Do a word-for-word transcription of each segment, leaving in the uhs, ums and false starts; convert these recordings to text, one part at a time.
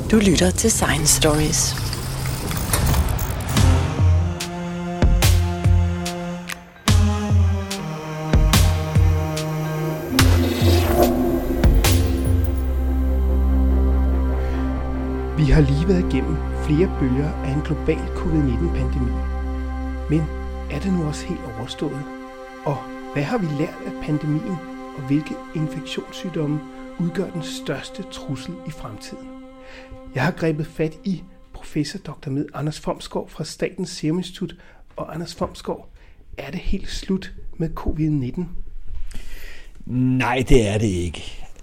Du lytter til Science Stories. Vi har lige været igennem flere bølger af en global covid nitten pandemi. Men er det nu også helt overstået? Og hvad har vi lært af pandemien, og hvilke infektionssygdomme udgør den største trussel i fremtiden? Jeg har grebet fat i professor doktor med Anders Fomsgaard fra Statens Serum Institut. Og Anders Fomsgaard, er det helt slut med covid nitten? Nej, det er det ikke.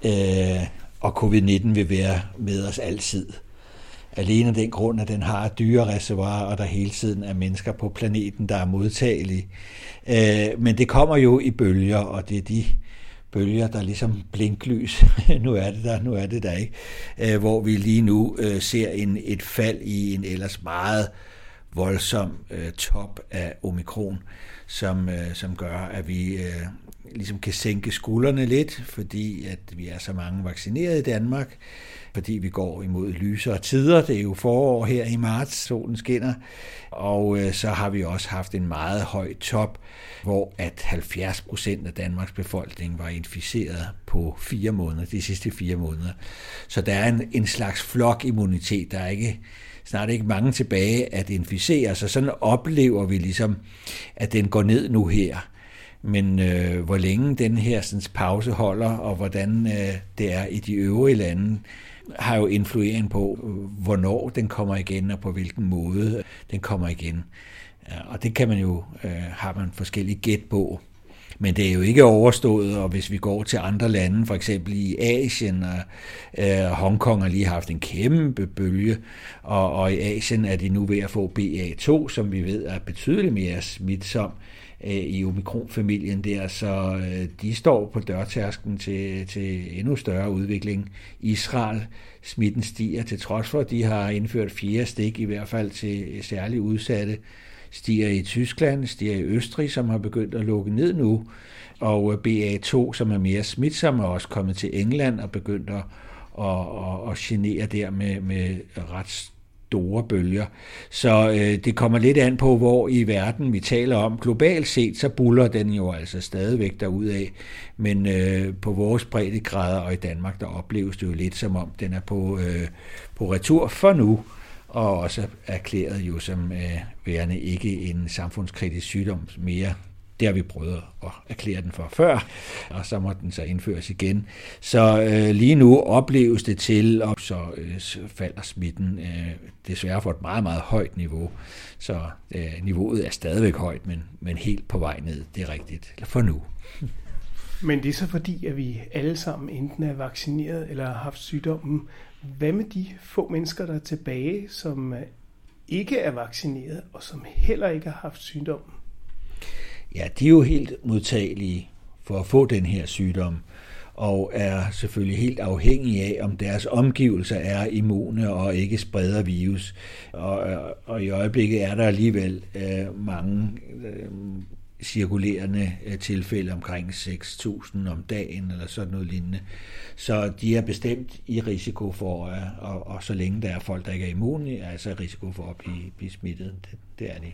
Øh, og covid nitten vil være med os altid. Alene af den grund, at den har dyrereservoirer, og der hele tiden er mennesker på planeten, der er modtagelige. Øh, men det kommer jo i bølger, og det er de bølger, der ligesom blinklys. nu er det der, nu er det der ikke. Øh, hvor vi lige nu øh, ser en, et fald i en ellers meget voldsom øh, top af omikron, som, øh, som gør, at vi øh, ligesom kan sænke skuldrene lidt, fordi at vi er så mange vaccineret i Danmark, fordi vi går imod lysere tider. Det er jo forår her i marts, solen skinner, og øh, så har vi også haft en meget høj top, hvor at halvfjerds procent af Danmarks befolkning var inficeret på fire måneder, de sidste fire måneder. Så der er en, en slags flokimmunitet, der er ikke snart ikke mange tilbage at inficere, så sådan oplever vi ligesom, at den går ned nu her. Men øh, hvor længe den her sådan, pause holder, og hvordan øh, det er i de øvrige lande, har jo influering på, hvornår den kommer igen, og på hvilken måde den kommer igen. Og det kan man jo, øh, har man forskellige gæt på. Men det er jo ikke overstået, og hvis vi går til andre lande, for eksempel i Asien, og øh, Hongkong har lige haft en kæmpe bølge, og, og i Asien er de nu ved at få B A to, som vi ved er betydeligt mere smitsom øh, i omikron-familien der, så øh, de står på dørtærsklen til, til endnu større udvikling. Israel, smitten stiger, til trods for, at de har indført fire stik, i hvert fald til særligt udsatte. Stiger i Tyskland, stiger i Østrig, som har begyndt at lukke ned nu, og B A to, som er mere smitsom, er også kommet til England og begyndt at, at, at, at genere der med, med ret store bølger. Så øh, det kommer lidt an på, hvor i verden vi taler om. Globalt set, så buller den jo altså stadigvæk derudad, men øh, på vores breddegrader og i Danmark, der opleves det jo lidt som om, den er på, øh, på retur for nu, og også erklæret jo som øh, værende ikke en samfundskritisk sygdom mere. Det har vi prøvet at erklære den for før, og så må den så indføres igen. Så øh, lige nu opleves det til, og så øh, falder smitten øh, desværre for et meget, meget højt niveau. Så øh, niveauet er stadigvæk højt, men, men helt på vej ned, det er rigtigt, for nu. Men det er så fordi, at vi alle sammen enten er vaccineret eller har haft sygdommen. Hvad med de få mennesker, der er tilbage, som ikke er vaccineret, og som heller ikke har haft sygdommen? Ja, de er jo helt modtagelige for at få den her sygdom, og er selvfølgelig helt afhængige af, om deres omgivelser er immune og ikke spreder virus. Og, og i øjeblikket er der alligevel øh, mange øh, cirkulerende tilfælde, omkring seks tusind om dagen, eller sådan noget lignende. Så de er bestemt i risiko for, og, og så længe der er folk, der ikke er immune, er altså i risiko for at blive, blive smittet. Det, det er de.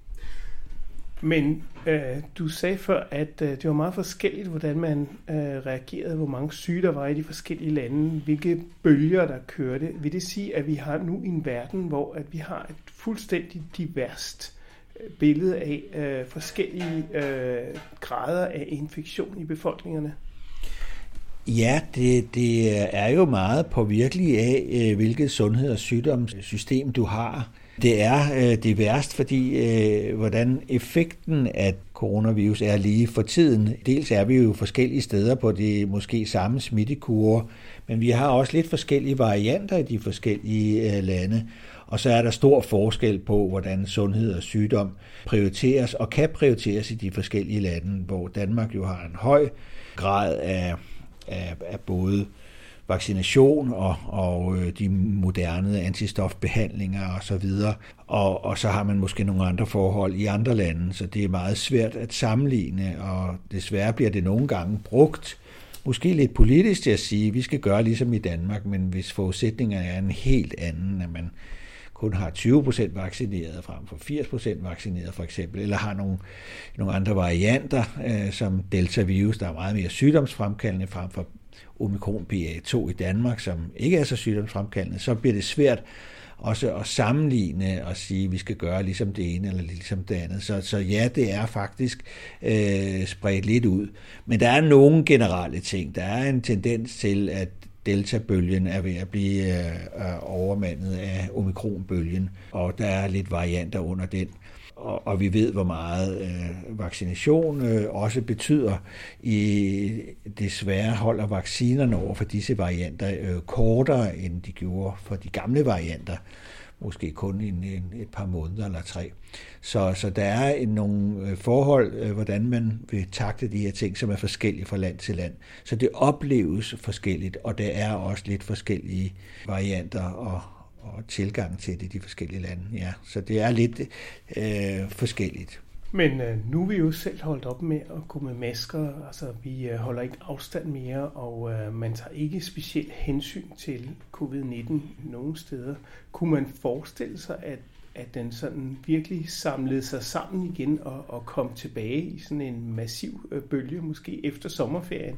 Men øh, du sagde før, at øh, det var meget forskelligt, hvordan man øh, reagerede, hvor mange syge der var i de forskellige lande, hvilke bølger der kørte. Vil det sige, at vi har nu en verden, hvor at vi har et fuldstændig diverst billede af øh, forskellige øh, grader af infektion i befolkningerne? Ja, det, det er jo meget påvirkeligt af, øh, hvilket sundheds- og sygdomssystem du har. Det er øh, det værst, fordi øh, hvordan effekten af coronavirus er lige for tiden. Dels er vi jo forskellige steder på de måske samme smittekurver, men vi har også lidt forskellige varianter i de forskellige øh, lande. Og så er der stor forskel på, hvordan sundhed og sygdom prioriteres og kan prioriteres i de forskellige lande, hvor Danmark jo har en høj grad af, af, af både vaccination og, og de moderne antistofbehandlinger og så videre. Og, og så har man måske nogle andre forhold i andre lande, så det er meget svært at sammenligne, og desværre bliver det nogle gange brugt måske lidt politisk til at sige, at vi skal gøre ligesom i Danmark, men hvis forudsætningerne er en helt anden, at man kun har tyve procent vaccineret frem for firs procent vaccineret for eksempel, eller har nogle, nogle andre varianter, øh, som Delta-virus, der er meget mere sygdomsfremkaldende frem for Omikron B A to i Danmark, som ikke er så sygdomsfremkaldende, så bliver det svært også at sammenligne og sige, at vi skal gøre ligesom det ene eller ligesom det andet. Så, så ja, det er faktisk øh, spredt lidt ud. Men der er nogle generelle ting. Der er en tendens til, at Delta-bølgen er ved at blive øh, overmandet af Omikron-bølgen, og der er lidt varianter under den. Og, og vi ved, hvor meget øh, vaccination øh, også betyder. I desværre holder vaccinerne over for disse varianter øh, kortere, end de gjorde for de gamle varianter. Måske kun en, en, et par måneder eller tre. Så, så der er en, nogle forhold, øh, hvordan man vil takle de her ting, som er forskellige fra land til land. Så det opleves forskelligt, og der er også lidt forskellige varianter og og tilgang til det i de forskellige lande. Ja, så det er lidt øh, forskelligt. Men øh, nu er vi jo selv holdt op med at gå med masker, altså vi øh, holder ikke afstand mere, og øh, man tager ikke specielt hensyn til covid nitten nogen steder. Kunne man forestille sig, at, at den sådan virkelig samlede sig sammen igen og, og kom tilbage i sådan en massiv øh, bølge, måske efter sommerferien?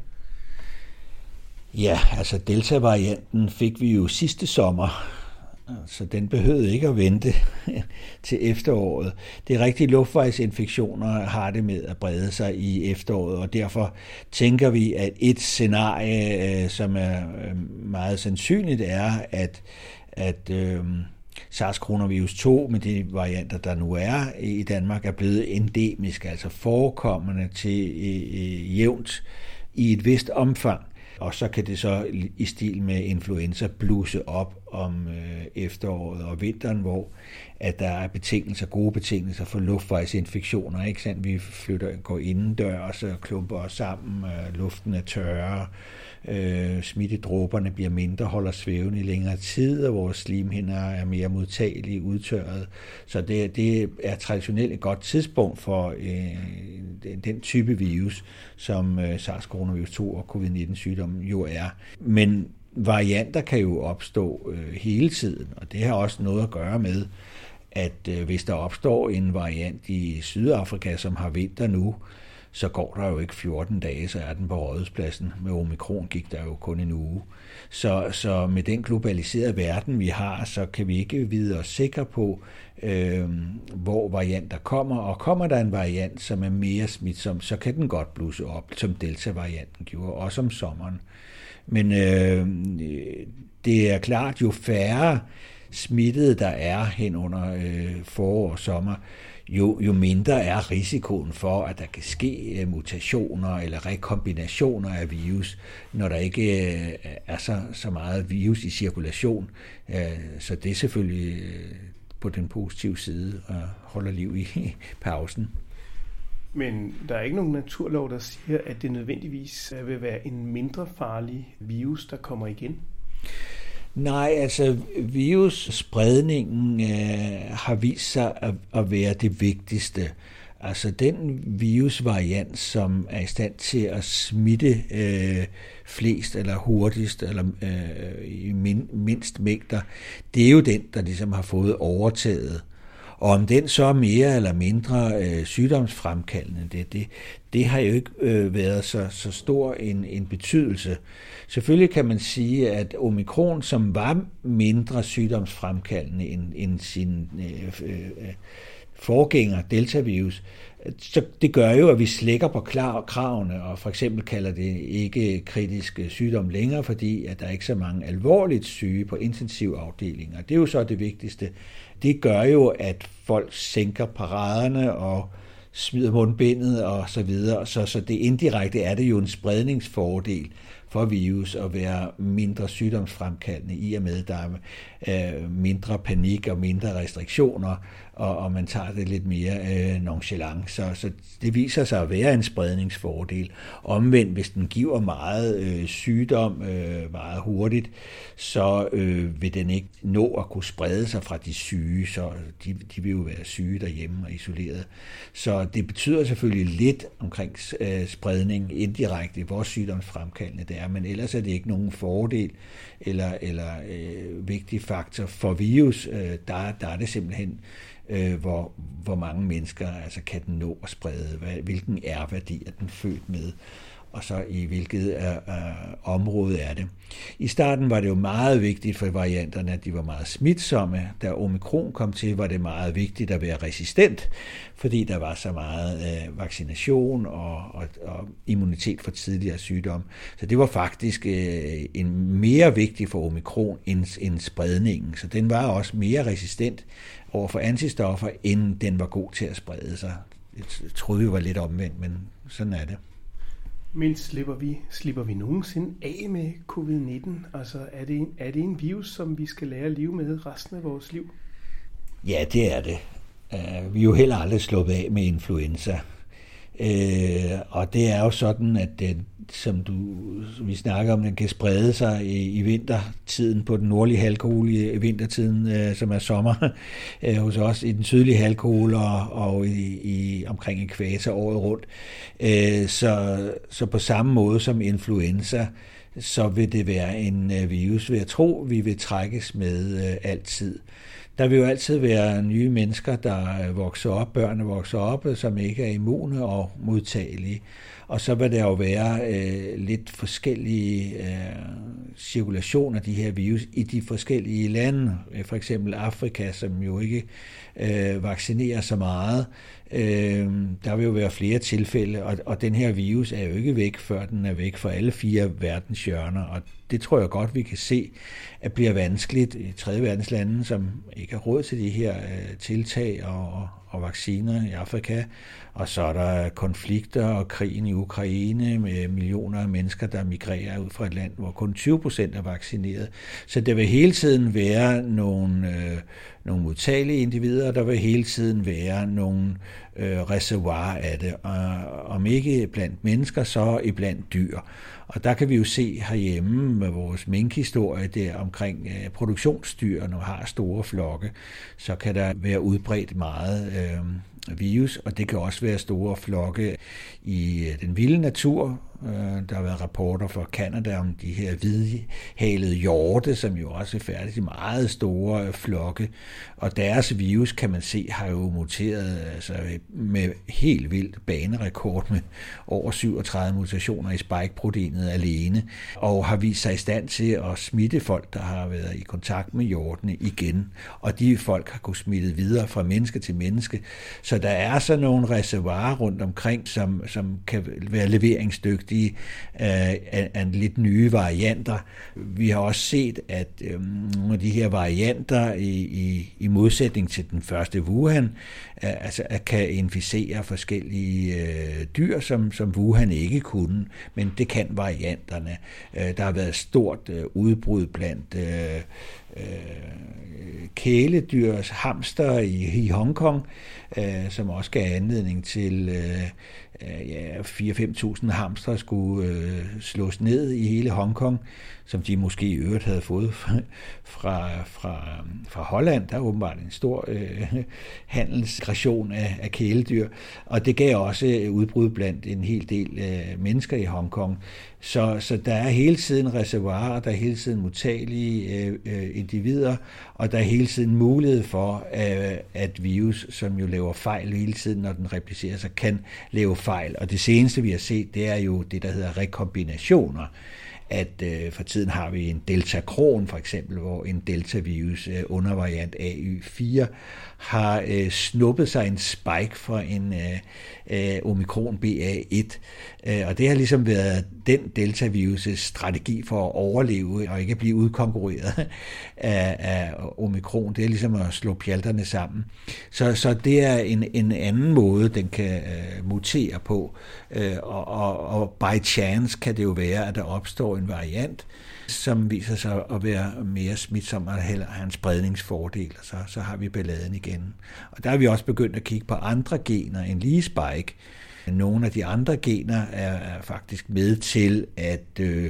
Ja, altså Delta-varianten fik vi jo sidste sommer, så den behøvede ikke at vente til efteråret. Det er rigtigt, luftvejsinfektioner har det med at brede sig i efteråret, og derfor tænker vi, at et scenarie, som er meget sandsynligt, er, at, at øh, SARS-coronavirus to med de varianter, der nu er i Danmark, er blevet endemisk, altså forekommende til øh, jævnt i et vist omfang. Og så kan det så i stil med influenza blusse op om øh, efteråret og vinteren, hvor at der er betingelser, gode betingelser for luftvejsinfektioner. Ikke sandt? Vi flytter, går indendørs og klumper os sammen, øh, luften er tørre, øh, smittedråberne bliver mindre, holder svævende i længere tid, og vores slimhinder er mere modtagelige, udtørret. Så det, det er traditionelt et godt tidspunkt for øh, den, den type virus, som øh, SARS-coronavirus to og covid nitten sygdommen jo er. Men varianter kan jo opstå øh, hele tiden, og det har også noget at gøre med, at øh, hvis der opstår en variant i Sydafrika, som har vinter nu, så går der jo ikke fjorten dage, så er den på Rådhuspladsen. Med Omikron gik der jo kun en uge. Så, så med den globaliserede verden, vi har, så kan vi ikke vide os sikre på, øh, hvor varianter kommer. Og kommer der en variant, som er mere smitsom, så kan den godt blusse op, som Delta-varianten gjorde, også om sommeren. Men øh, det er klart, jo færre smittede der er hen under øh, forår og sommer, jo, jo mindre er risikoen for, at der kan ske øh, mutationer eller rekombinationer af virus, når der ikke øh, er så, så meget virus i cirkulation. Øh, så det er selvfølgelig øh, på den positive side og holder liv i pausen. Men der er ikke nogen naturlov, der siger, at det nødvendigvis vil være en mindre farlig virus, der kommer igen? Nej, altså virusspredningen øh, har vist sig at, at være det vigtigste. Altså den virusvariant, som er i stand til at smitte øh, flest eller hurtigst eller øh, i min, mindst mængder, det er jo den, der ligesom har fået overtaget. Og om den så er mere eller mindre øh, sygdomsfremkaldende, det, det, det har jo ikke øh, været så, så stor en, en betydelse. Selvfølgelig kan man sige, at Omikron, som var mindre sygdomsfremkaldende end, end sin øh, øh, forgænger, Delta-virus, så det gør jo, at vi slækker på klar, kravene, og for eksempel kalder det ikke kritisk sygdom længere, fordi at der er ikke så mange alvorligt syge på intensivafdelinger. Det er jo så det vigtigste. Det gør jo, at folk sænker paraderne og smider mundbindet og så videre. Så, så det indirekte er det jo en spredningsfordel for virus at være mindre sygdomsfremkaldende, i og med, at der er øh, mindre panik og mindre restriktioner, og, og man tager det lidt mere øh, nonchalant. Så, så det viser sig at være en spredningsfordel. Omvendt, hvis den giver meget øh, sygdom øh, meget hurtigt, så øh, vil den ikke nå at kunne sprede sig fra de syge, så de, de vil jo være syge derhjemme og isoleret. Så det betyder selvfølgelig lidt omkring øh, spredning indirekte, hvor sygdomsfremkaldende det er, men ellers er det ikke nogen fordel eller, eller øh, vigtig faktor for virus. Øh, der, der er det simpelthen øh, hvor, hvor mange mennesker altså, kan den nå at sprede, hvad, hvilken R-værdi er den født med, og så i hvilket uh, uh, område er det. I starten var det jo meget vigtigt for varianterne, at de var meget smitsomme. Da omikron kom til, var det meget vigtigt at være resistent, fordi der var så meget uh, vaccination og, og, og immunitet for tidligere sygdom. Så det var faktisk uh, en mere vigtig for omikron end, end spredningen. Så den var også mere resistent over for antistoffer, end den var god til at sprede sig. Jeg troede vi var lidt omvendt, men sådan er det. Men slipper vi, slipper vi nogensinde af med covid nitten? Altså er det, en, er det en virus, som vi skal lære at leve med resten af vores liv? Ja, det er det. Uh, vi er jo heller aldrig sluppet af med influenza. Uh, og det er jo sådan, at den, som du, vi snakker om, den kan sprede sig i, i vintertiden på den nordlige halvkugle, i vintertiden, uh, som er sommer, uh, hos os i den sydlige halvkugle og, og i, i, omkring ekvator året rundt. Uh, så, så på samme måde som influenza, så vil det være en uh, virus, vil jeg tro, vi vil trækkes med uh, altid. Der vil jo altid være nye mennesker, der vokser op, børn vokser op, som ikke er immune og modtagelige. Og så vil der jo være øh, lidt forskellige øh, cirkulationer af de her virus i de forskellige lande. For eksempel Afrika, som jo ikke øh, vaccinerer så meget. Øh, der vil jo være flere tilfælde, og, og den her virus er jo ikke væk, før den er væk fra alle fire verdenshjørner. Og det tror jeg godt, vi kan se, at bliver vanskeligt i tredje verdenslande, som ikke har råd til de her øh, tiltag og, og vacciner i Afrika. Og så er der konflikter og krigen i Ukraine med millioner af mennesker, der migrerer ud fra et land, hvor kun tyve procent er vaccineret. Så der vil hele tiden være nogle, øh, nogle modtagelige individer, og der vil hele tiden være nogle øh, reservoir af det. Og om ikke blandt mennesker, så iblandt dyr. Og der kan vi jo se herhjemme med vores minkhistorie der omkring øh, produktionsdyr, når har store flokke, så kan der være udbredt meget øh, virus, og det kan også være store flokke i øh, den vilde natur. Der har været rapporter fra Canada om de her hvidhalede hjorte, som jo også er færdige i meget store flokke. Og deres virus, kan man se, har jo muteret altså, med helt vildt banerekord med over syvogtredive mutationer i spike-proteinet alene, og har vist sig i stand til at smitte folk, der har været i kontakt med hjortene igen. Og de folk har kunnet smitte videre fra menneske til menneske. Så der er så nogle reservoirer rundt omkring, som, som kan være leveringsdygtige af, af lidt nye varianter. Vi har også set, at øh, nogle af de her varianter i, i, i modsætning til den første Wuhan, øh, altså kan inficere forskellige øh, dyr, som, som Wuhan ikke kunne, men det kan varianterne. Øh, der har været stort øh, udbrud blandt øh, øh, kæledyrs hamster i, i Hongkong, øh, som også gav anledning til øh, ja, fire til fem tusind hamstre skulle øh, slås ned i hele Hongkong, som de måske i øvrigt havde fået fra, fra, fra Holland. Der er åbenbart en stor øh, handelsgration af, af kæledyr, og det gav også udbrud blandt en hel del øh, mennesker i Hongkong. Så, så der er hele tiden reservoirer, der er hele tiden modtagelige øh, øh, individer, og der er hele tiden mulighed for, øh, at virus, som jo laver fejl hele tiden, når den replicerer sig, kan lave fejl. Og det seneste, vi har set, det er jo det, der hedder rekombinationer. At øh, for tiden har vi en deltakron for eksempel, hvor en deltavirus øh, undervariant A Y fire har øh, snuppet sig en spike fra en øh, øh, omikron B A et. Øh, og det har ligesom været den deltavirus' strategi for at overleve og ikke blive udkonkurreret af, af omikron. Det er ligesom at slå pjalterne sammen. Så, så det er en, en anden måde, den kan øh, mutere på. Øh, og, og, og by chance kan det jo være, at der opstår får en variant, som viser sig at være mere smitsom og har en spredningsfordel, og så, så har vi balladen igen. Og der er vi også begyndt at kigge på andre gener end lige spike. Nogle af de andre gener er, er faktisk med til at, øh,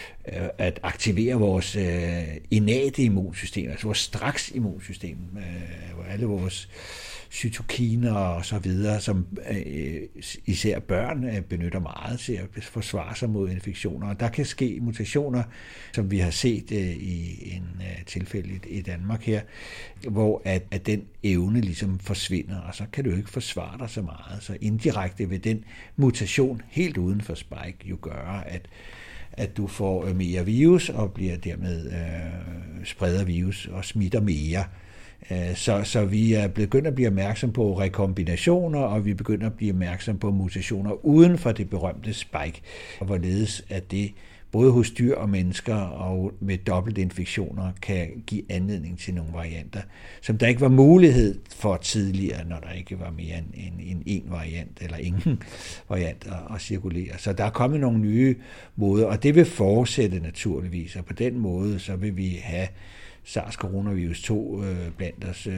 at aktivere vores øh, innate immunsystem, altså vores straks immunsystem, øh, alle vores cytokiner og så videre, som øh, især børn øh, benytter meget til at forsvare sig mod infektioner. Og der kan ske mutationer, som vi har set øh, i en øh, tilfælde i Danmark her, hvor at, at den evne ligesom forsvinder, og så kan du ikke forsvare dig så meget. Så indirekte vil den mutation helt uden for spike jo gøre, at at du får mere virus og bliver dermed øh, spreder virus og smitter mere. Så, så vi er begyndt at blive opmærksom på rekombinationer, og vi begynder at blive opmærksom på mutationer uden for det berømte spike, og hvorledes at det både hos dyr og mennesker og med dobbeltinfektioner kan give anledning til nogle varianter, som der ikke var mulighed for tidligere, når der ikke var mere end en, en, en variant eller ingen variant at, at cirkulere. Så der er kommet nogle nye måder, og det vil fortsætte naturligvis, og på den måde så vil vi have SARS-coronavirus to øh, blandt os, øh,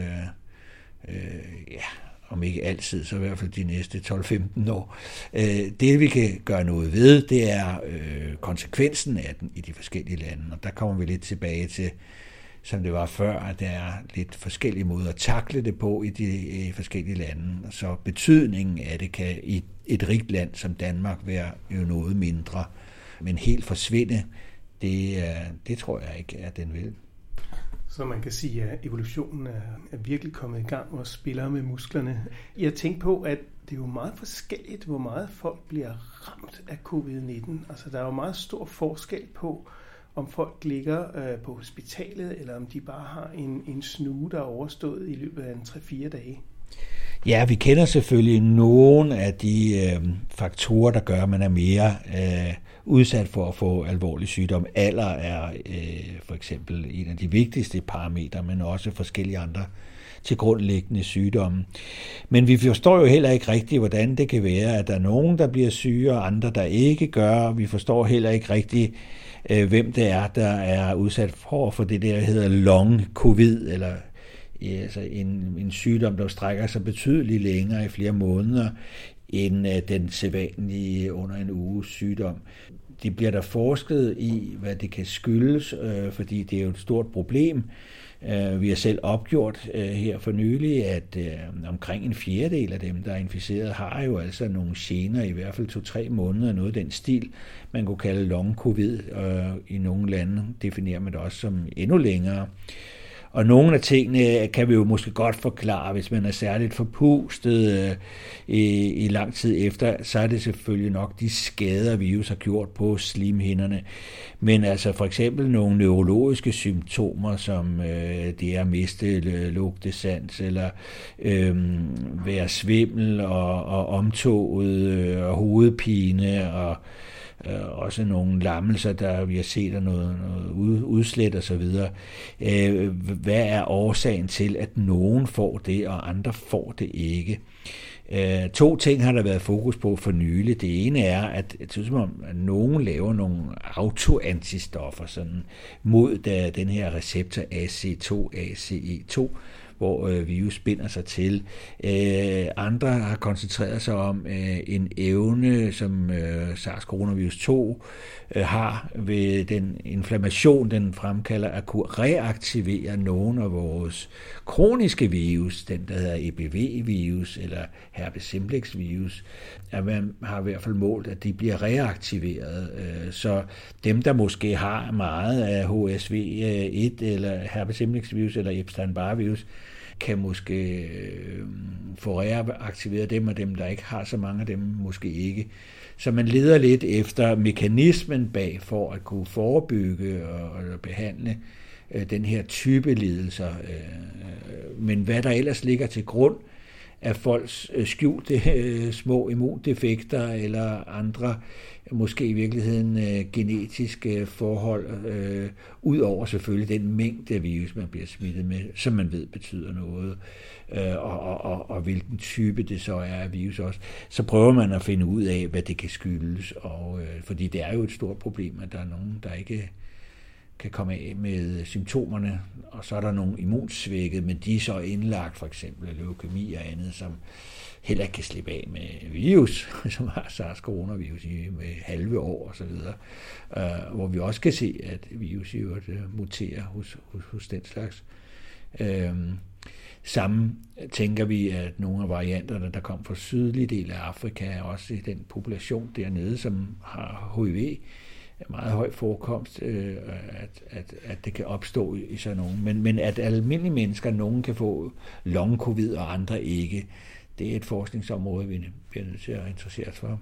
øh, ja, om ikke altid, så i hvert fald de næste tolv femten år. Øh, det vi kan gøre noget ved, det er øh, konsekvensen af den i de forskellige lande, og der kommer vi lidt tilbage til, som det var før, at der er lidt forskellige måder at takle det på i de i forskellige lande, så betydningen af det kan i et rigt land som Danmark være jo noget mindre, men helt forsvinde, det, det tror jeg ikke, at den vil. Så man kan sige, at evolutionen er, er virkelig kommet i gang og spiller med musklerne. Jeg tænker på, at det er jo meget forskelligt, hvor meget folk bliver ramt af covid nitten. Altså, der er jo meget stor forskel på, om folk ligger øh, på hospitalet, eller om de bare har en, en snue, der er overstået i løbet af en tre fire dage. Ja, vi kender selvfølgelig nogle af de øh, faktorer, der gør, at man er mere øh, udsat for at få alvorlig sygdom. Alder er øh, for eksempel en af de vigtigste parametre, men også forskellige andre til grundlæggende sygdomme. Men vi forstår jo heller ikke rigtigt, hvordan det kan være, at der er nogen, der bliver syge, og andre, der ikke gør. Vi forstår heller ikke rigtigt, øh, hvem det er, der er udsat for, for det der hedder long covid, eller altså en, en sygdom, der strækker sig betydeligt længere i flere måneder, end uh, den sædvanlige under en uges sygdom. Det bliver der forsket i, hvad det kan skyldes, øh, fordi det er jo et stort problem. Uh, vi har selv opgjort uh, her for nylig, at uh, omkring en fjerdedel af dem, der er inficeret, har jo altså nogle gener, i hvert fald to-tre måneder, noget af den stil, man kunne kalde long covid. Uh, I nogle lande definerer man det også som endnu længere. Og nogle af tingene kan vi jo måske godt forklare, hvis man er særligt forpustet øh, i, i lang tid efter, så er det selvfølgelig nok de skader, virus har gjort på slimhinderne. Men altså for eksempel nogle neurologiske symptomer, som øh, det er at miste lugtesans, eller øh, være svimmel og, og omtoget øh, og hovedpine og Øh, også nogle lammelser, der vi har set af noget, noget udslæt og så videre. Øh, hvad er årsagen til, at nogen får det, og andre får det ikke? Øh, to ting har der været fokus på for nylig. Det ene er, at jeg synes, at nogen laver nogle autoantistoffer sådan, mod da, den her receptor A C to, A C E to, hvor øh, virus binder sig til. Øh, andre har koncentreret sig om øh, en evne, som øh, SARS-coronavirus to øh, har ved den inflammation, den fremkalder, at kunne reaktivere nogle af vores kroniske virus, den der hedder E B V-virus eller herpes simplex virus, at man har i hvert fald målt, at de bliver reaktiveret. Øh, så dem, der måske har meget af H S V et eller herpes simplex virus eller Epstein-Barr virus, kan måske øh, få reaktiveret dem, og dem, der ikke har så mange af dem, måske ikke. Så man leder lidt efter mekanismen bag for at kunne forebygge og, og behandle øh, den her type lidelser. Øh, men hvad der ellers ligger til grund, af folks skjulte øh, små immundefekter eller andre, måske i virkeligheden øh, genetiske forhold, øh, ud over selvfølgelig den mængde virus, man bliver smittet med, som man ved betyder noget, øh, og, og, og, og hvilken type det så er af virus også. Så prøver man at finde ud af, hvad det kan skyldes, og, øh, fordi det er jo et stort problem, at der er nogen, der ikke kan komme af med symptomerne, og så er der nogle immunsvækket, men de er så indlagt, for eksempel leukemi og andet, som heller ikke kan slippe af med virus, som har SARS-coronavirus i med halve år og så videre, uh, hvor vi også kan se, at virus i øvrigt uh, muterer hos, hos, hos den slags. Uh, Samme tænker vi, at nogle af varianterne, der kom fra sydlige del af Afrika, er også i den population dernede, som har H I V, meget høj forekomst, øh, at, at, at det kan opstå i sådan nogen. Men, men at almindelige mennesker, nogen kan få long-covid og andre ikke, det er et forskningsområde, vi bliver nødt til at interessere os for.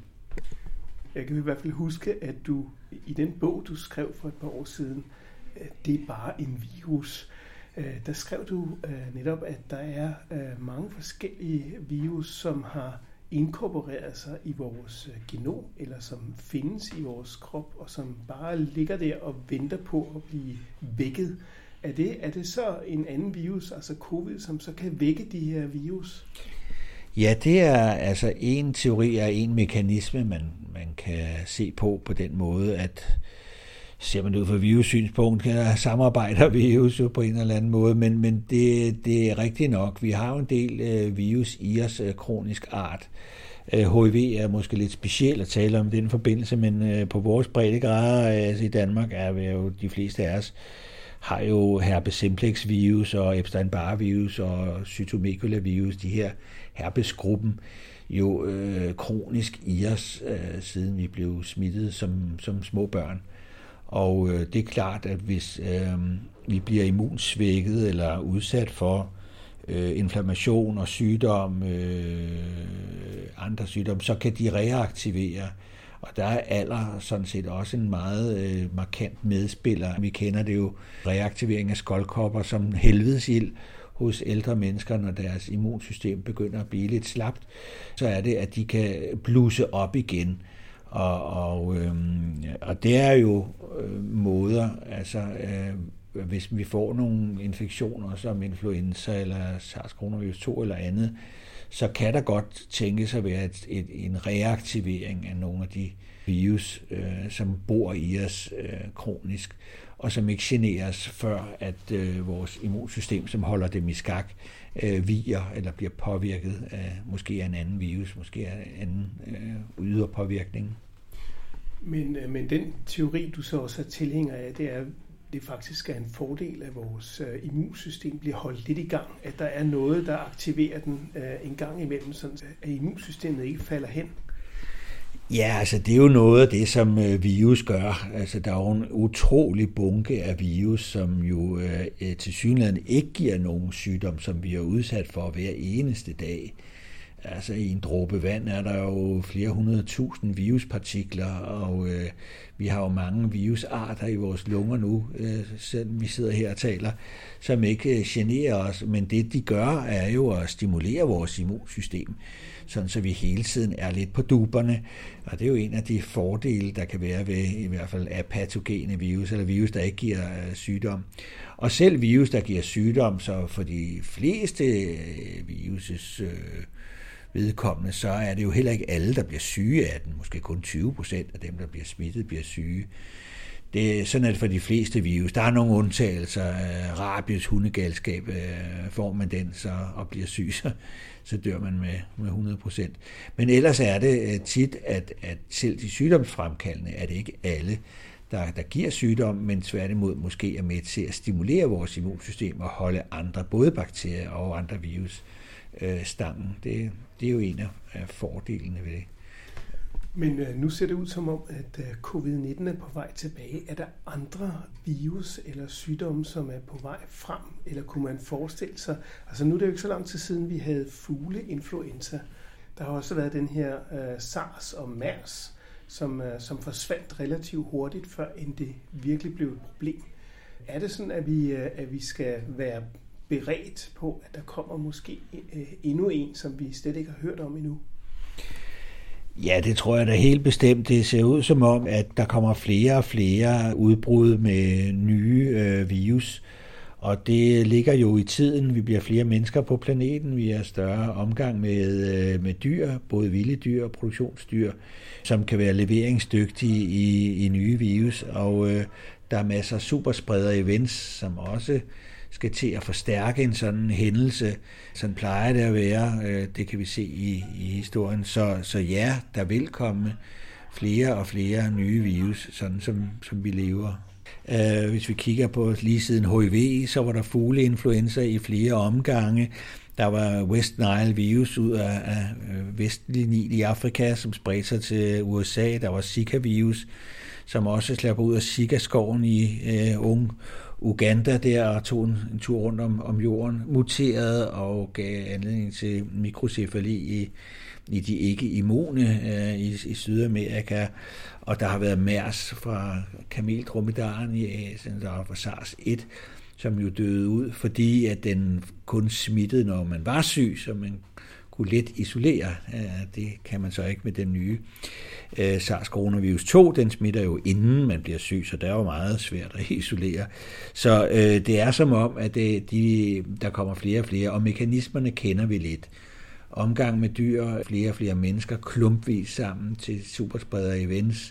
Jeg kan i hvert fald huske, at du i den bog, du skrev for et par år siden, det er bare en virus. Der skrev du netop, at der er mange forskellige virus, som har inkorporeret sig i vores genom, eller som findes i vores krop, og som bare ligger der og venter på at blive vækket. Er det, er det så en anden virus, altså covid, som så kan vække de her virus? Ja, det er altså en teori af en mekanisme, man, man kan se på på den måde, at ser man ud fra virussynspunkt, samarbejder virus jo på en eller anden måde, men, men det, det er rigtigt nok. Vi har jo en del øh, virus i os, øh, kronisk art. Øh, H I V er måske lidt specielt at tale om i den forbindelse, men øh, på vores breddegrader altså i Danmark er vi jo, de fleste af os, har jo herpes simplex virus og Epstein-Barr virus og cytomegalovirus, de her herpesgruppen, jo øh, kronisk i os, øh, siden vi blev smittet som, som små børn. Og øh, det er klart, at hvis øh, vi bliver immunsvækket eller udsat for øh, inflammation og sygdom, øh, andre sygdomme, så kan de reaktivere. Og der er alder sådan set også en meget øh, markant medspiller. Vi kender det jo, reaktivering af skoldkopper som helvedesild hos ældre mennesker, når deres immunsystem begynder at blive lidt slapt, så er det, at de kan blusse op igen. Og, og, øhm, og det er jo øh, måder, altså øh, hvis vi får nogle infektioner som influenza eller SARS-CoV to eller andet, så kan der godt tænkes at være et, et, en reaktivering af nogle af de virus, øh, som bor i os øh, kronisk, og som ikke generer os, før at øh, vores immunsystem, som holder dem i skak, øh, viger eller bliver påvirket af måske af en anden virus, måske af en anden øh, yderpåvirkning. Men, men den teori, du så også er tilhænger af, det er, det faktisk er en fordel, at vores øh, immunsystem bliver holdt lidt i gang, at der er noget, der aktiverer den øh, en gang imellem, sådan at immunsystemet ikke falder hen. Ja, altså det er jo noget af det, som øh, virus gør. Altså der er jo en utrolig bunke af virus, som jo øh, tilsyneladende ikke giver nogen sygdom, som vi er udsat for hver eneste dag. Altså i en dråbe vand er der jo flere hundrede tusind viruspartikler, og øh, vi har jo mange virusarter i vores lunger nu, øh, selvom vi sidder her og taler, som ikke øh, generer os. Men det de gør, er jo at stimulere vores immunsystem, sådan så vi hele tiden er lidt på duberne. Og det er jo en af de fordele, der kan være ved i hvert fald apatogene virus, eller virus, der ikke giver øh, sygdom. Og selv virus, der giver sygdom, så for de fleste øh, viruses øh, vedkommende, så er det jo heller ikke alle, der bliver syge af den. Måske kun tyve procent af dem, der bliver smittet, bliver syge. Det er sådan, at for de fleste virus, der er nogle undtagelser. Rabies, hundegalskab, får man den så og bliver syg, så, så dør man med, med hundrede procent. Men ellers er det tit, at, at selv de sygdomsfremkaldende er det ikke alle, der, der giver sygdom, men tværtimod måske er med til at stimulere vores immunsystem og holde andre, både bakterier og andre virus, øh, stangen. Det, det er jo en af fordelene ved det. Men øh, nu ser det ud som om, at øh, covid nitten er på vej tilbage. Er der andre virus eller sygdomme, som er på vej frem? Eller kunne man forestille sig? Altså nu er det jo ikke så lang tid siden, vi havde fugleinfluenza. Der har også været den her øh, SARS og MERS, som, øh, som forsvandt relativt hurtigt, før end det virkelig blev et problem. Er det sådan, at vi, øh, at vi skal være beredt på, at der kommer måske endnu en, som vi slet ikke har hørt om endnu? Ja, det tror jeg da helt bestemt. Det ser ud som om, at der kommer flere og flere udbrud med nye øh, virus. Og det ligger jo i tiden. Vi bliver flere mennesker på planeten. Vi har større omgang med, øh, med dyr, både vilde dyr og produktionsdyr, som kan være leveringsdygtige i, i nye virus. Og øh, der er masser af superspreder-events, som også skal til at forstærke en sådan hændelse. Sådan plejer det at være. Det kan vi se i, i historien. Så, så ja, der vil komme flere og flere nye virus, sådan som, som vi lever. Uh, hvis vi kigger på lige siden H I V, så var der fugleinfluenza i flere omgange. Der var West Nile virus ud af, af vestlig Nil i Afrika, som spredte sig til U S A. Der var Zika virus, som også slapper ud af Zika-skoven i uh, unge Uganda der og tog en, en tur rundt om, om jorden, muterede og gav anledning til mikrocefali i, i de ikke-immune øh, i, i Sydamerika. Og der har været MERS fra kameldromedaren i Asien, der var SARS et, som jo døde ud, fordi at den kun smittede, når man var syg, så man kunne let isolere. Det kan man så ikke med den nye SARS-coronavirus to. Den smitter jo inden man bliver syg, så det er jo meget svært at isolere. Så øh, det er som om, at det, de, der kommer flere og flere, og mekanismerne kender vi lidt. Omgang med dyr, flere og flere mennesker klumpvis sammen til superspreder-events,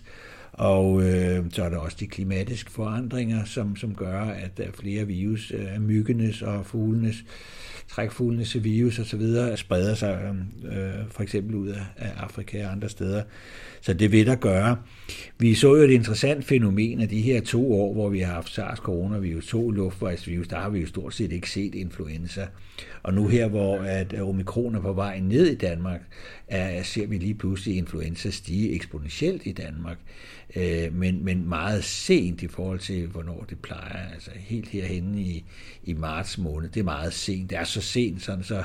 og øh, så er der også de klimatiske forandringer, som, som gør, at der er flere virus, øh, myggenes og fuglenes, trækfuglenes virus og så videre, spreder sig øh, for eksempel ud af, af Afrika og andre steder. Så det vil der gøre. Vi så jo et interessant fænomen af de her to år, hvor vi har haft SARS-coronavirus to, luftvejsvirus, der har vi jo stort set ikke set influenza. Og nu her, hvor at omikron er på vej ned i Danmark, er, ser vi lige pludselig influenza stige eksponentielt i Danmark. Øh, men, men meget sent i forhold til, hvornår det plejer. Altså helt herhenne i, i marts måned. Det er meget sent. Det er så sent, sådan så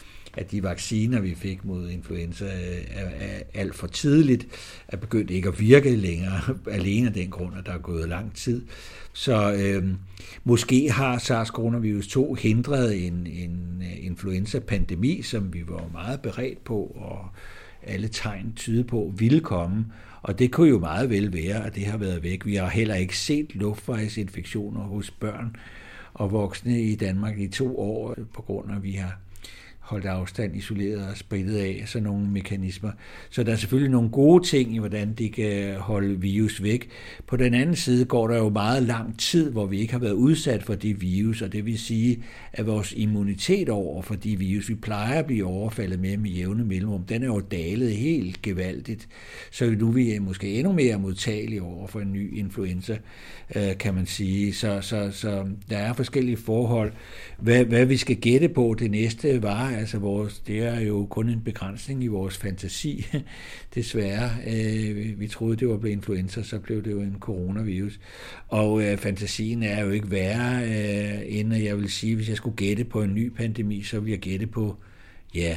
at de vacciner, vi fik mod influenza, er, er alt for tidligt, er begyndt ikke at virke længere, alene af den grund, at der er gået lang tid. Så øh, måske har SARS-coronavirus to hindret en, en influenza-pandemi, som vi var meget beredt på, og alle tegn tyder på ville komme. Og det kunne jo meget vel være, at det har været væk. Vi har heller ikke set luftvejsinfektioner hos børn og voksne i Danmark i to år, på grund af, at vi har holdt afstand, isoleret og spritet af sådan nogle mekanismer. Så der er selvfølgelig nogle gode ting i, hvordan de kan holde virus væk. På den anden side går der jo meget lang tid, hvor vi ikke har været udsat for de virus, og det vil sige, at vores immunitet over for de virus, vi plejer at blive overfaldet med med jævne mellemrum, den er jo dalet helt gevaldigt. Så nu er vi måske endnu mere modtagelige over for en ny influenza, kan man sige. Så, så, så der er forskellige forhold. Hvad, hvad vi skal gætte på det næste var, altså vores, det er jo kun en begrænsning i vores fantasi, desværre. Vi troede, det var blevet influenza, så blev det jo en coronavirus. Og øh, fantasien er jo ikke værre, øh, end jeg vil sige, hvis jeg skulle gætte på en ny pandemi, så ville jeg gætte på, ja,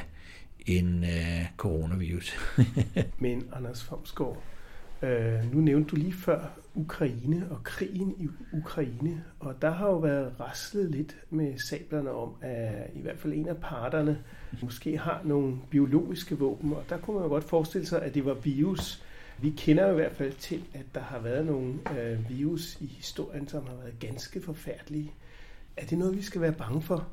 en øh, coronavirus. Men Anders Fomsgaard, øh, nu nævnte du lige før Ukraine og krigen i Ukraine, og der har jo været raslet lidt med sablerne om, at i hvert fald en af parterne måske har nogle biologiske våben, og der kunne man jo godt forestille sig, at det var virus. Vi kender jo i hvert fald til, at der har været nogle øh, virus i historien, som har været ganske forfærdelige. Er det noget, vi skal være bange for?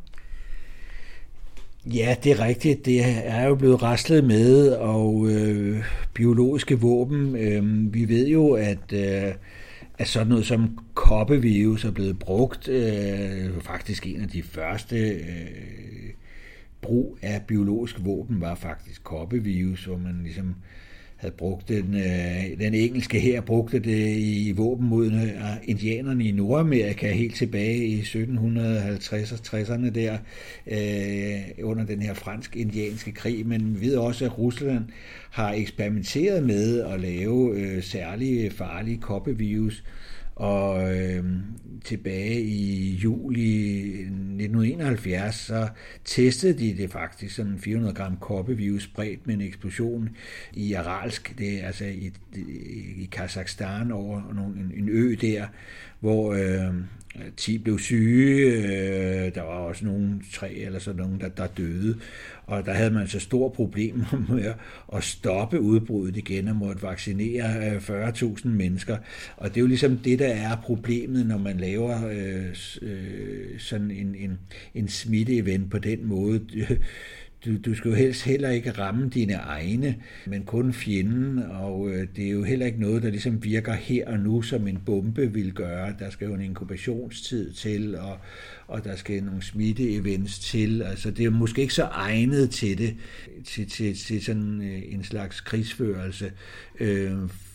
Ja, det er rigtigt. Det er jo blevet raslet med, og øh, biologiske våben. Øh, vi ved jo, at, øh, at sådan noget som koppevirus er blevet brugt. Øh, faktisk en af de første øh, brug af biologiske våben var faktisk koppevirus, hvor man ligesom havde brugt den, øh, den engelske her brugte det i våben mod øh, indianerne i Nordamerika helt tilbage i sytten halvtreds og tresserne der, øh, under den her fransk-indianske krig, men vi ved også, at Rusland har eksperimenteret med at lave øh, særlige farlige koppevirus, og øh, tilbage i juli nitten enoghalvfjerds, så testede de det faktisk, sådan fire hundrede gram koppevirus spredt med en eksplosion i Aralsk, det er altså i, i Kazakhstan over en, en ø der, hvor øh, ti blev syge, øh, der var også nogle tre eller sådan nogen, der, der døde, og der havde man så store problemer med at stoppe udbruddet igen og måtte vaccinere fyrre tusind mennesker, og det er jo ligesom det, der er problemet, når man laver øh, øh, sådan en, en, en smitte-event på den måde. Du, du skal jo helst heller ikke ramme dine egne, men kun fjenden, og øh, det er jo heller ikke noget, der ligesom virker her og nu, som en bombe vil gøre. Der skal jo en inkubationstid til, og, og der skal nogle smitte-events til. Altså, det er måske ikke så egnet til det, til, til, til sådan en slags krigsførelse. Øh,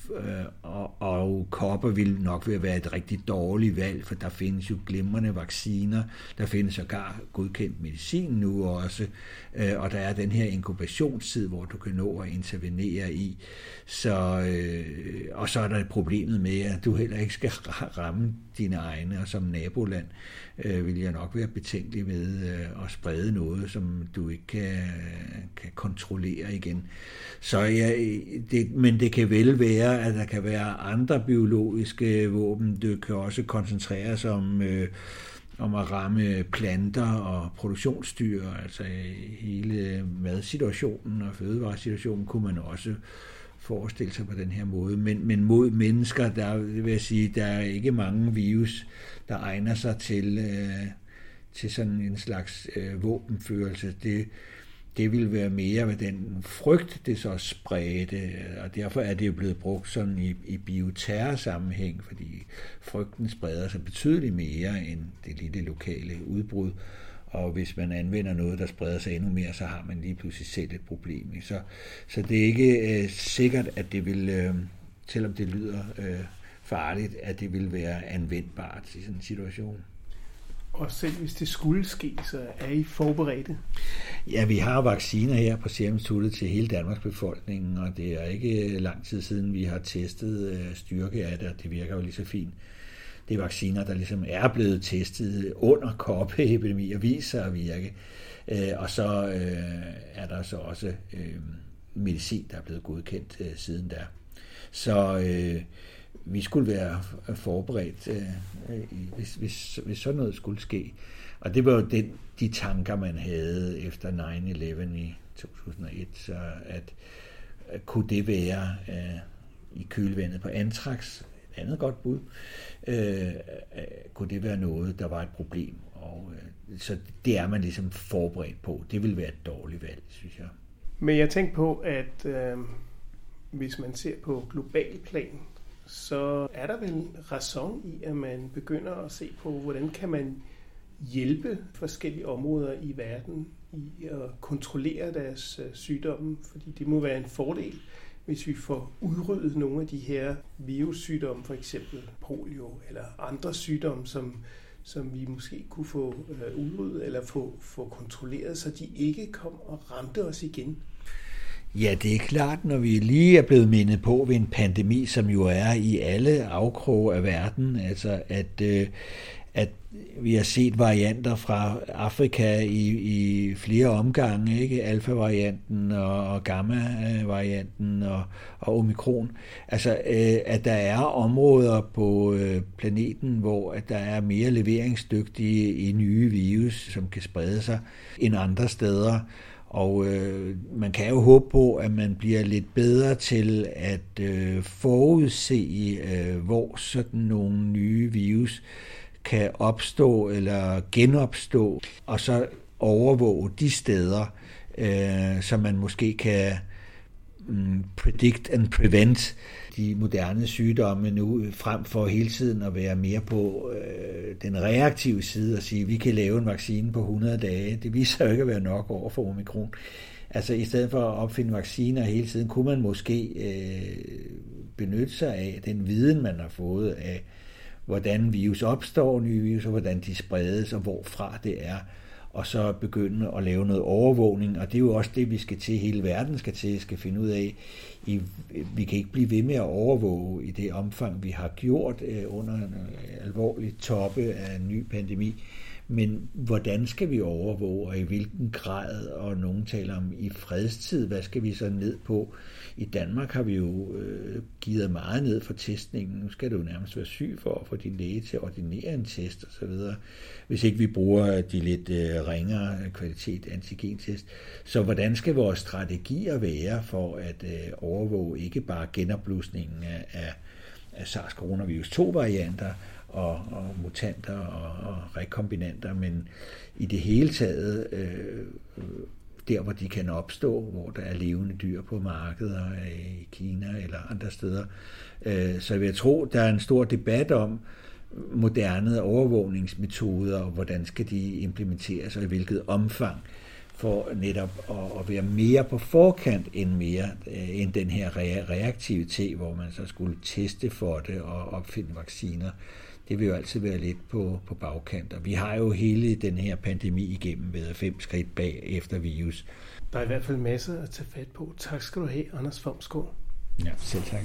og, og kopper vil nok være et rigtig dårligt valg, for der findes jo glimrende vacciner, der findes sågar godkendt medicin nu også, og der er den her inkubationstid, hvor du kan nå at intervenere i. Så, og så er der problemet med, at du heller ikke skal ramme dine egne, og som naboland vil jeg nok være betænkelig ved at sprede noget, som du ikke kan, kan kontrollere igen. Så ja, det, men det kan vel være, at der kan være andre biologiske våben. Det kan også koncentrere sig om, øh, om at ramme planter og produktionsdyr. Altså hele madsituationen og fødevaresituationen kunne man også forestille sig på den her måde. Men, men mod mennesker, der vil jeg sige, der er ikke mange virus, der egner sig til, øh, til sådan en slags øh, våbenførelse. Det Det vil være mere ved den frygt, det så spredte, og derfor er det jo blevet brugt sådan i, i bioterror-sammenhæng, fordi frygten spreder sig betydeligt mere end det lille lokale udbrud, og hvis man anvender noget, der spreder sig endnu mere, så har man lige pludselig selv et problem. Så, så det er ikke øh, sikkert, at det vil, øh, selvom det lyder øh, farligt, at det vil være anvendbart i sådan en situation. Og selv hvis det skulle ske, så er I forberedte? Ja, vi har vacciner her på Serum Instituttet til hele Danmarks befolkning, og det er ikke lang tid siden, vi har testet styrke af det, og det virker jo lige så fint. Det er vacciner, der ligesom er blevet testet under koppeepidemi og viser at virke. Og så er der så også medicin, der er blevet godkendt siden da. Så vi skulle være forberedt, øh, hvis, hvis, hvis sådan noget skulle ske. Og det var jo den, de tanker, man havde efter nine eleven i to tusind og et, så at, at kunne det være øh, i kølvandet på anthrax, et andet godt bud, øh, kunne det være noget, der var et problem. Og, øh, så det er man ligesom forberedt på. Det vil være et dårligt valg, synes jeg. Men jeg tænker på, at øh, hvis man ser på global plan, så er der vel ræson i, at man begynder at se på, hvordan kan man hjælpe forskellige områder i verden i at kontrollere deres sygdomme, fordi det må være en fordel, hvis vi får udryddet nogle af de her virussygdomme, for eksempel polio eller andre sygdomme, som, som vi måske kunne få udryddet eller få, få kontrolleret, så de ikke kom og ramte os igen. Ja, det er klart, når vi lige er blevet mindet på ved en pandemi, som jo er i alle afkroge af verden, altså at, øh, at vi har set varianter fra Afrika i, i flere omgange, ikke? Alfa-varianten og, og Gamma-varianten og, og Omikron. Altså, øh, at der er områder på øh, planeten, hvor at der er mere leveringsdygtige i nye virus, som kan sprede sig end andre steder. Og øh, man kan jo håbe på, at man bliver lidt bedre til at øh, forudse, øh, hvor sådan nogle nye virus kan opstå eller genopstå, og så overvåge de steder, øh, så man måske kan um, predict and prevent de moderne sygdomme nu, frem for hele tiden at være mere på øh, den reaktive side og sige, at vi kan lave en vaccine på hundrede dage. Det viser jo ikke at være nok over for Omikron. Altså i stedet for at opfinde vacciner hele tiden, kunne man måske øh, benytte sig af den viden, man har fået af, hvordan virus opstår, nye virus, og hvordan de spredes, og hvorfra det er, og så begynde at lave noget overvågning, og det er jo også det, vi skal til, hele verden skal til, skal finde ud af. I, vi kan ikke blive ved med at overvåge i det omfang, vi har gjort øh, under en alvorlig toppe af en ny pandemi, Men hvordan skal vi overvåge, og i hvilken grad, og nogen taler om i fredstid, hvad skal vi så ned på? I Danmark har vi jo øh, givet meget ned for testningen. Nu skal du nærmest være syg for at få din læge til at ordinere en test osv. Hvis ikke vi bruger de lidt øh, ringere kvalitet antigentest. Så hvordan skal vores strategier være for at øh, overvåge ikke bare genopblusningen af, af, af SARS-coronavirus to varianter, Og, og mutanter og, og rekombinanter, men i det hele taget øh, der, hvor de kan opstå, hvor der er levende dyr på markeder i Kina eller andre steder. Øh, så jeg vil tro, der er en stor debat om moderne overvågningsmetoder, og hvordan skal de implementeres, og i hvilket omfang, for netop at, at være mere på forkant end, mere, øh, end den her re- reaktivitet, hvor man så skulle teste for det og opfinde vacciner. Det vil jo altid være lidt på, på bagkant. Og vi har jo hele den her pandemi igennem ved fem skridt bag efter virus. Der er i hvert fald masser at tage fat på. Tak skal du have, Anders Fomsgaard. Ja, selv tak.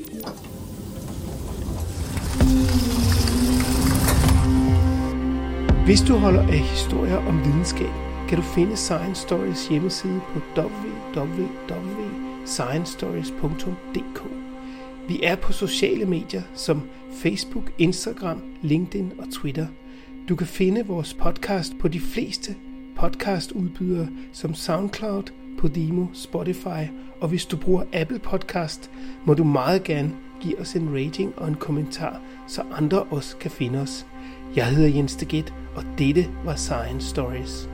Hvis du holder af historier om videnskab, kan du finde Science Stories hjemmeside på w w w punktum science stories punktum d k. Vi er på sociale medier som Facebook, Instagram, LinkedIn og Twitter. Du kan finde vores podcast på de fleste podcastudbydere som SoundCloud, Podimo, Spotify, og hvis du bruger Apple Podcast, må du meget gerne give os en rating og en kommentar, så andre også kan finde os. Jeg hedder Jens Deget, og dette var Science Stories.